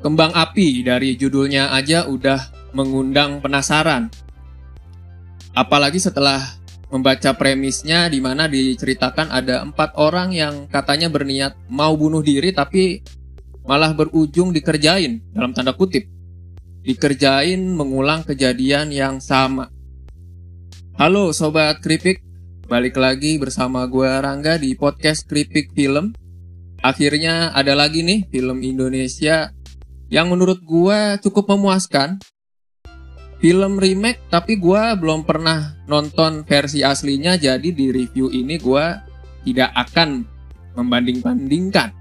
Kembang Api dari judulnya aja udah mengundang penasaran. Apalagi setelah membaca premisnya di mana diceritakan ada 4 orang yang katanya berniat mau bunuh diri tapi malah berujung dikerjain, dalam tanda kutip. Dikerjain mengulang kejadian yang sama. Halo Sobat Kripik, balik lagi bersama gue Rangga di podcast Kripik Film. Akhirnya ada lagi nih film Indonesia yang menurut gue cukup memuaskan. Film remake tapi gue belum pernah nonton versi aslinya, jadi di review ini gue tidak akan membanding-bandingkan.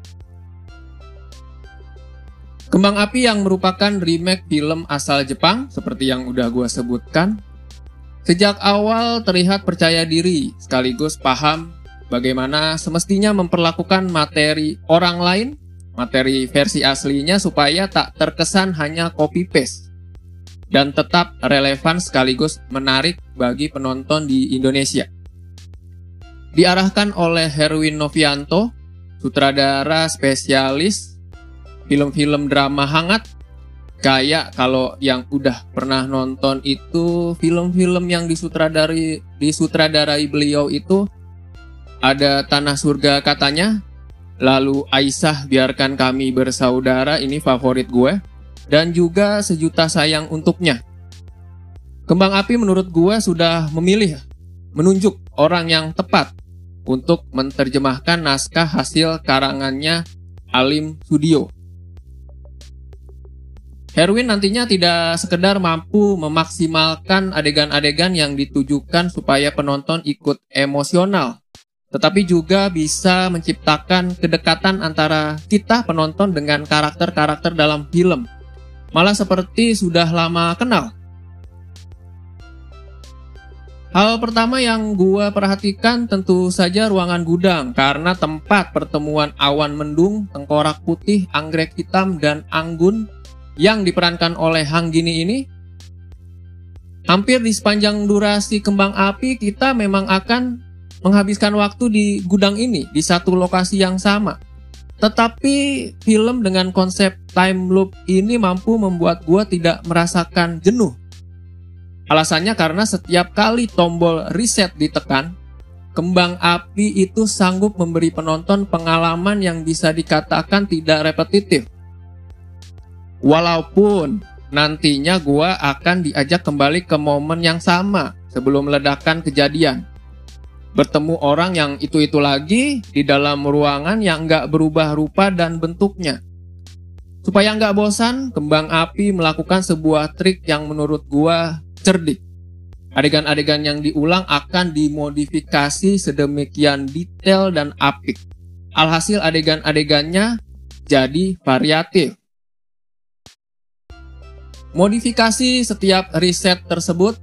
Kembang Api yang merupakan remake film asal Jepang seperti yang udah gue sebutkan. Sejak awal terlihat percaya diri sekaligus paham bagaimana semestinya memperlakukan materi orang lain, materi versi aslinya supaya tak terkesan hanya copy-paste dan tetap relevan sekaligus menarik bagi penonton di Indonesia. Diarahkan oleh Herwin Novianto, sutradara spesialis film-film drama hangat. Kayak kalau yang udah pernah nonton itu film-film yang disutradarai beliau itu ada Tanah Surga Katanya, lalu Aisyah Biarkan Kami Bersaudara, ini favorit gue, dan juga Sejuta Sayang Untuknya. Kembang Api menurut gue sudah menunjuk orang yang tepat untuk menerjemahkan naskah hasil karangannya Alim Sudio. Herwin nantinya tidak sekedar mampu memaksimalkan adegan-adegan yang ditujukan supaya penonton ikut emosional, tetapi juga bisa menciptakan kedekatan antara kita penonton dengan karakter-karakter dalam film. Malah seperti sudah lama kenal. Hal pertama yang gua perhatikan tentu saja ruangan gudang, karena tempat pertemuan Awan Mendung, Tengkorak Putih, Anggrek Hitam, dan Anggun yang diperankan oleh Hanggini ini. Hampir di sepanjang durasi Kembang Api kita memang akan menghabiskan waktu di gudang ini, di satu lokasi yang sama. Tetapi film dengan konsep time loop ini mampu membuat gua tidak merasakan jenuh. Alasannya karena setiap kali tombol reset ditekan, Kembang Api itu sanggup memberi penonton pengalaman yang bisa dikatakan tidak repetitif. Walaupun nantinya gua akan diajak kembali ke momen yang sama sebelum ledakan kejadian. Bertemu orang yang itu-itu lagi di dalam ruangan yang nggak berubah rupa dan bentuknya. Supaya nggak bosan, Kembang Api melakukan sebuah trik yang menurut gua cerdik. Adegan-adegan yang diulang akan dimodifikasi sedemikian detail dan apik. Alhasil adegan-adegannya jadi variatif. Modifikasi setiap riset tersebut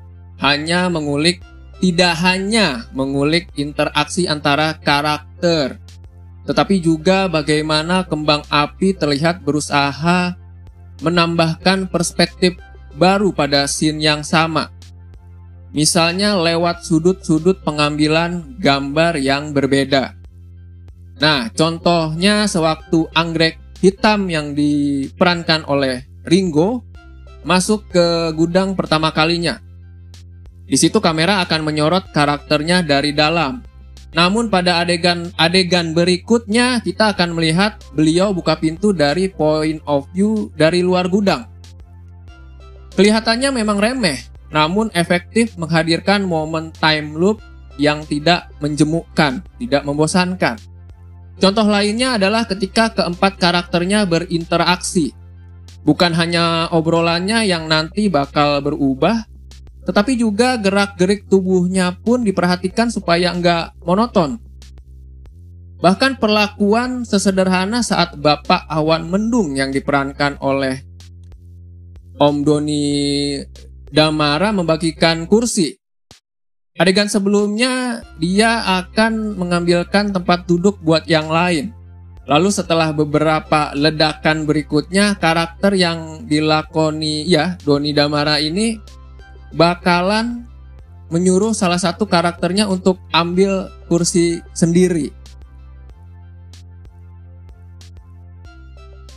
tidak hanya mengulik interaksi antara karakter, tetapi juga bagaimana Kembang Api terlihat berusaha menambahkan perspektif baru pada scene yang sama. Misalnya lewat sudut-sudut pengambilan gambar yang berbeda. Nah, contohnya sewaktu Anggrek Hitam yang diperankan oleh Ringo masuk ke gudang pertama kalinya. Di situ kamera akan menyorot karakternya dari dalam. Namun pada adegan berikutnya kita akan melihat beliau buka pintu dari point of view dari luar gudang. Kelihatannya memang remeh, namun efektif menghadirkan momen time loop yang tidak menjemukkan, tidak membosankan. Contoh lainnya adalah ketika keempat karakternya berinteraksi. Bukan hanya obrolannya yang nanti bakal berubah, tetapi juga gerak-gerik tubuhnya pun diperhatikan supaya nggak monoton. Bahkan perlakuan sesederhana saat Bapak Awan Mendung yang diperankan oleh Om Doni Damara membagikan kursi. Adegan sebelumnya dia akan mengambilkan tempat duduk buat yang lain. Lalu setelah beberapa ledakan berikutnya, karakter yang dilakoni Doni Damara ini bakalan menyuruh salah satu karakternya untuk ambil kursi sendiri.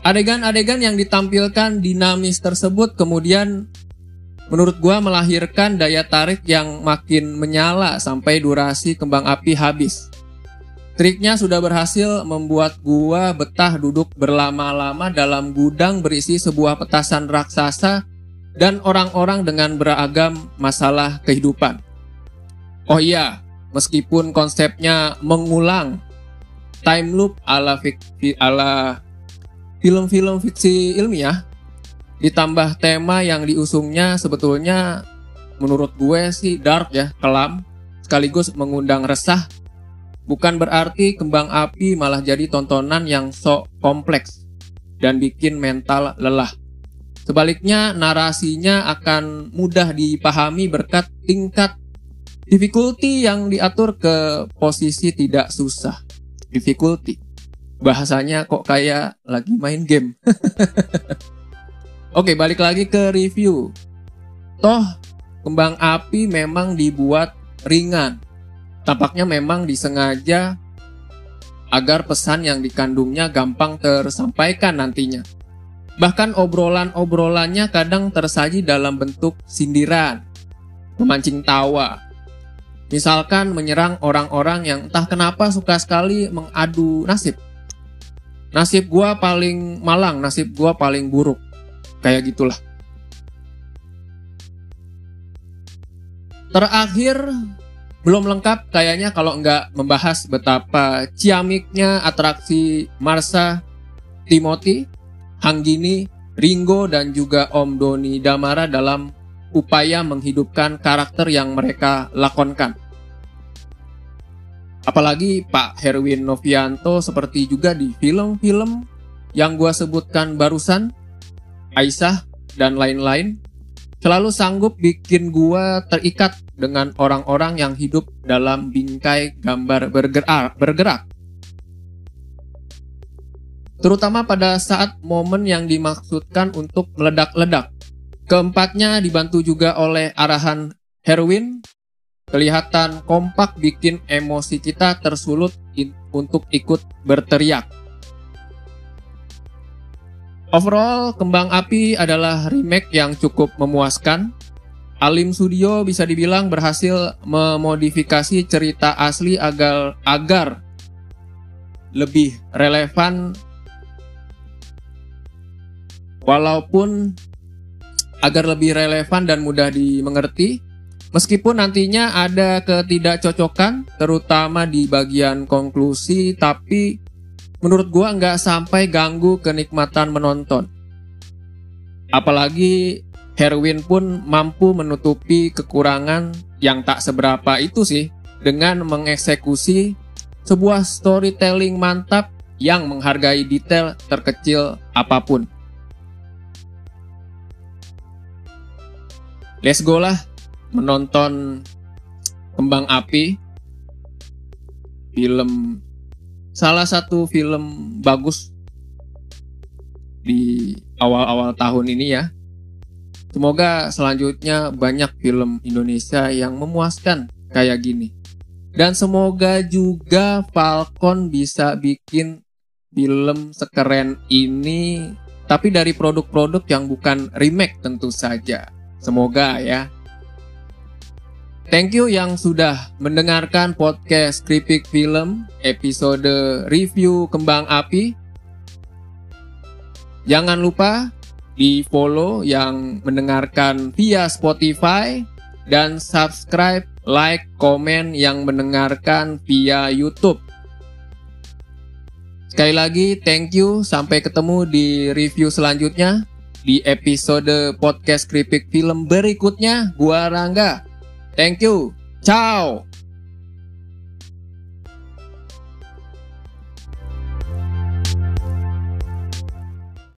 Adegan-adegan yang ditampilkan dinamis tersebut kemudian menurut gua melahirkan daya tarik yang makin menyala sampai durasi kembang api habis. Triknya sudah berhasil membuat gua betah duduk berlama-lama dalam gudang berisi sebuah petasan raksasa dan orang-orang dengan beragam masalah kehidupan. Oh iya, meskipun konsepnya mengulang time loop ala film-film fiksi ilmiah, ditambah tema yang diusungnya sebetulnya menurut gue sih dark ya, kelam, sekaligus mengundang resah. Bukan berarti Kembang Api malah jadi tontonan yang sok kompleks dan bikin mental lelah. Sebaliknya narasinya akan mudah dipahami berkat tingkat difficulty yang diatur ke posisi tidak susah. Difficulty. Bahasanya kok kayak lagi main game. Oke, balik lagi ke review. Toh, Kembang Api memang dibuat ringan. Tampaknya memang disengaja agar pesan yang dikandungnya gampang tersampaikan nantinya. Bahkan obrolan-obrolannya kadang tersaji dalam bentuk sindiran, memancing tawa. Misalkan menyerang orang-orang yang entah kenapa suka sekali mengadu nasib. Nasib gua paling malang, nasib gua paling buruk. Kayak gitulah. Terakhir, belum lengkap kayaknya kalau nggak membahas betapa ciamiknya atraksi Marsha Timothy, Hanggini, Ringo, dan juga Om Doni Damara dalam upaya menghidupkan karakter yang mereka lakonkan. Apalagi Pak Herwin Novianto seperti juga di film-film yang gua sebutkan barusan, Aisyah, dan lain-lain, selalu sanggup bikin gua terikat dengan orang-orang yang hidup dalam bingkai gambar bergerak. Terutama pada saat momen yang dimaksudkan untuk meledak-ledak. Keempatnya dibantu juga oleh arahan Herwin, kelihatan kompak bikin emosi kita tersulut untuk ikut berteriak. Overall, Kembang Api adalah remake yang cukup memuaskan. Alim Studio bisa dibilang berhasil memodifikasi cerita asli agar lebih relevan, dan mudah dimengerti. Meskipun nantinya ada ketidakcocokan, terutama di bagian konklusi, tapi menurut gua nggak sampai ganggu kenikmatan menonton. Apalagi Herwin pun mampu menutupi kekurangan yang tak seberapa itu sih dengan mengeksekusi sebuah storytelling mantap yang menghargai detail terkecil apapun. Let's go lah menonton Kembang Api, salah satu film bagus di awal-awal tahun ini ya. Semoga selanjutnya banyak film Indonesia yang memuaskan kayak gini. Dan semoga juga Falcon bisa bikin film sekeren ini, tapi dari produk-produk yang bukan remake tentu saja. Semoga ya. Thank you yang sudah mendengarkan podcast Kripik Film episode review Kembang Api. Jangan lupa di follow yang mendengarkan via Spotify dan subscribe, like, komen yang mendengarkan via YouTube. Sekali lagi thank you, sampai ketemu di review selanjutnya di episode podcast Kripik Film berikutnya. Gua Rangga. Thank you. Ciao.